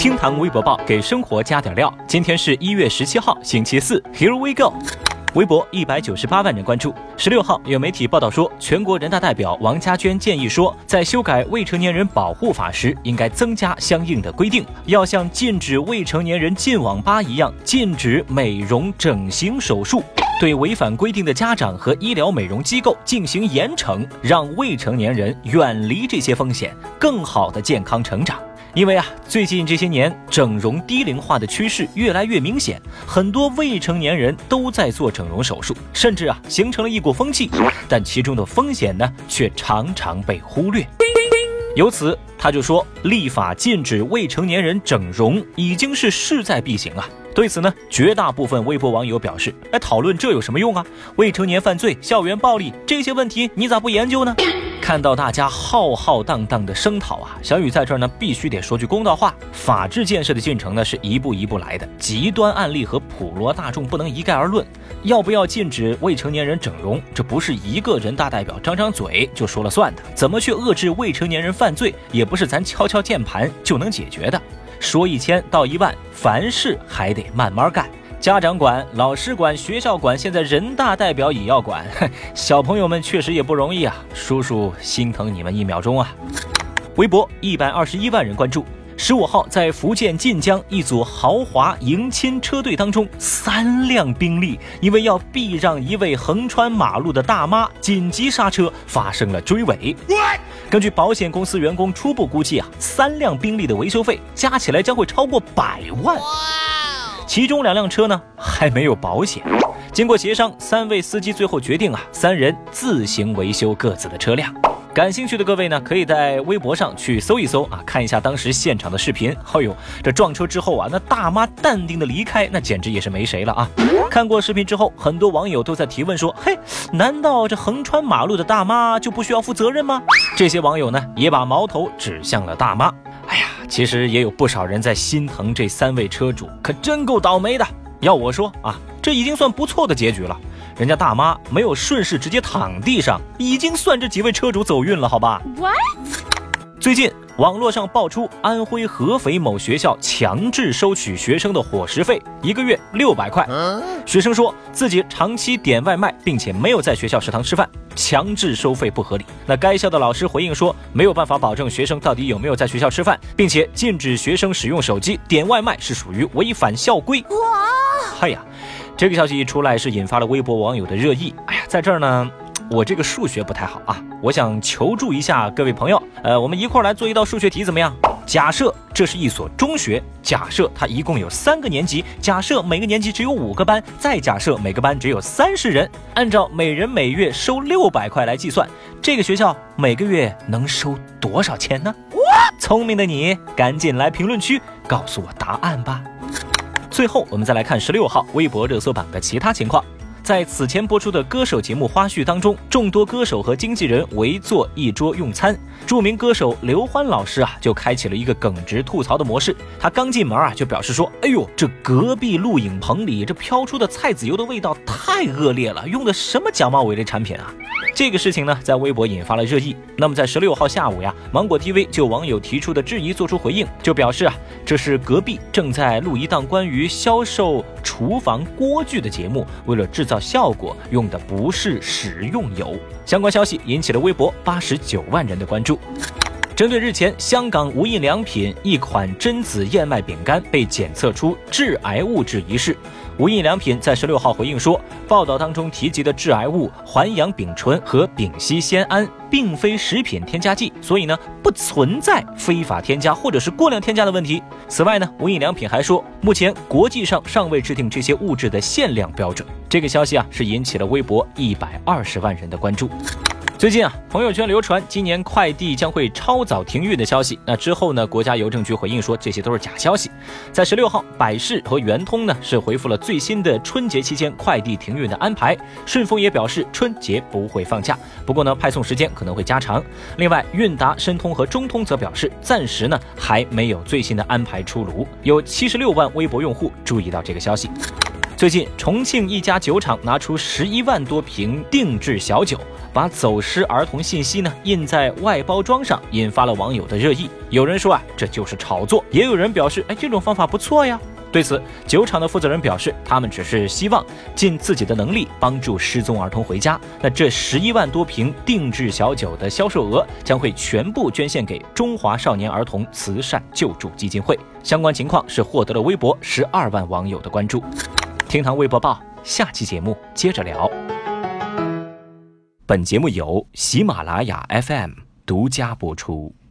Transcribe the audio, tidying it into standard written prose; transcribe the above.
厅堂微博报给生活加点料。今天是1月17号，星期四。Here we go。微博198万人关注。16号，有媒体报道说，全国人大代表王家娟建议说，在修改未成年人保护法时，应该增加相应的规定，要像禁止未成年人进网吧一样，禁止美容整形手术，对违反规定的家长和医疗美容机构进行严惩，让未成年人远离这些风险，更好的健康成长。因为最近这些年整容低龄化的趋势越来越明显，很多未成年人都在做整容手术，甚至形成了一股风气，但其中的风险呢，却常常被忽略。由此他就说，立法禁止未成年人整容已经是势在必行啊。对此呢，绝大部分微博网友表示，讨论这有什么用啊？未成年犯罪、校园暴力这些问题你咋不研究呢？看到大家浩浩荡荡的声讨小雨在这儿呢必须得说句公道话，法治建设的进程呢是一步一步来的，极端案例和普罗大众不能一概而论。要不要禁止未成年人整容，这不是一个人大代表张张嘴就说了算的。怎么去遏制未成年人犯罪，也不是咱敲敲键盘就能解决的。说1000到1万，凡事还得慢慢干。家长管，老师管，学校管，现在人大代表也要管。小朋友们确实也不容易啊，叔叔心疼你们1秒钟啊。微博121万人关注。15号，在福建晋江一组豪华迎亲车队当中，3辆宾利因为要避让一位横穿马路的大妈，紧急刹车，发生了追尾。根据保险公司员工初步估计3辆宾利的维修费加起来将会超过100万。其中2辆车呢还没有保险。经过协商，3位司机最后决定3人自行维修各自的车辆。感兴趣的各位呢，可以在微博上去搜一搜看一下当时现场的视频。这撞车之后那大妈淡定的离开，那简直也是没谁了啊！看过视频之后，很多网友都在提问说，难道这横穿马路的大妈就不需要负责任吗？这些网友呢也把矛头指向了大妈。其实也有不少人在心疼这3位车主，可真够倒霉的。要我说这已经算不错的结局了。人家大妈没有顺势直接躺地上，已经算这几位车主走运了，好吧？ What？ 最近网络上爆出安徽合肥某学校强制收取学生的伙食费，1个月600块。学生说自己长期点外卖，并且没有在学校食堂吃饭，强制收费不合理。那该校的老师回应说，没有办法保证学生到底有没有在学校吃饭，并且禁止学生使用手机点外卖是属于违反校规。这个消息一出来，是引发了微博网友的热议。在这儿呢，我这个数学不太好我想求助一下各位朋友，我们一块来做一道数学题怎么样？假设这是一所中学，假设它一共有3个年级，假设每个年级只有5个班，再假设每个班只有30人，按照每人每月收600块来计算，这个学校每个月能收多少钱呢？聪明的你赶紧来评论区告诉我答案吧。最后我们再来看16号微博热搜榜的其他情况。在此前播出的歌手节目花絮当中，众多歌手和经纪人围坐一桌用餐，著名歌手刘欢老师就开启了一个耿直吐槽的模式。他刚进门就表示说，这隔壁录影棚里这飘出的菜籽油的味道太恶劣了，用的什么假冒伪劣产品啊？这个事情呢在微博引发了热议。那么在16号下午芒果 TV 就网友提出的质疑做出回应，就表示这是隔壁正在录一档关于销售厨房锅具的节目，为了制造效果用的不是食用油。相关消息引起了微博89万人的关注。针对日前香港无印良品一款榛子燕麦饼干被检测出致癌物质一事，无印良品在16号回应说，报道当中提及的致癌物环氧丙醇和丙烯酰胺并非食品添加剂，所以呢不存在非法添加或者是过量添加的问题。此外呢，无印良品还说，目前国际上尚未制定这些物质的限量标准。这个消息是引起了微博120万人的关注。最近朋友圈流传今年快递将会超早停运的消息。那之后呢，国家邮政局回应说这些都是假消息。在16号，百世和圆通呢是回复了最新的春节期间快递停运的安排。顺丰也表示春节不会放假，不过呢派送时间可能会加长。另外，韵达、申通和中通则表示暂时呢还没有最新的安排出炉。有76万微博用户注意到这个消息。最近重庆一家酒厂拿出11万多瓶定制小酒， 把走失儿童信息呢印在外包装上，引发了网友的热议。有人说这就是炒作，也有人表示这种方法不错呀。对此，酒厂的负责人表示，他们只是希望尽自己的能力帮助失踪儿童回家。那这11万多瓶定制小酒的销售额将会全部捐献给中华少年儿童慈善救助基金会。相关情况是获得了微博12万网友的关注。厅堂微博报，下期节目接着聊。本节目由喜马拉雅 FM 独家播出。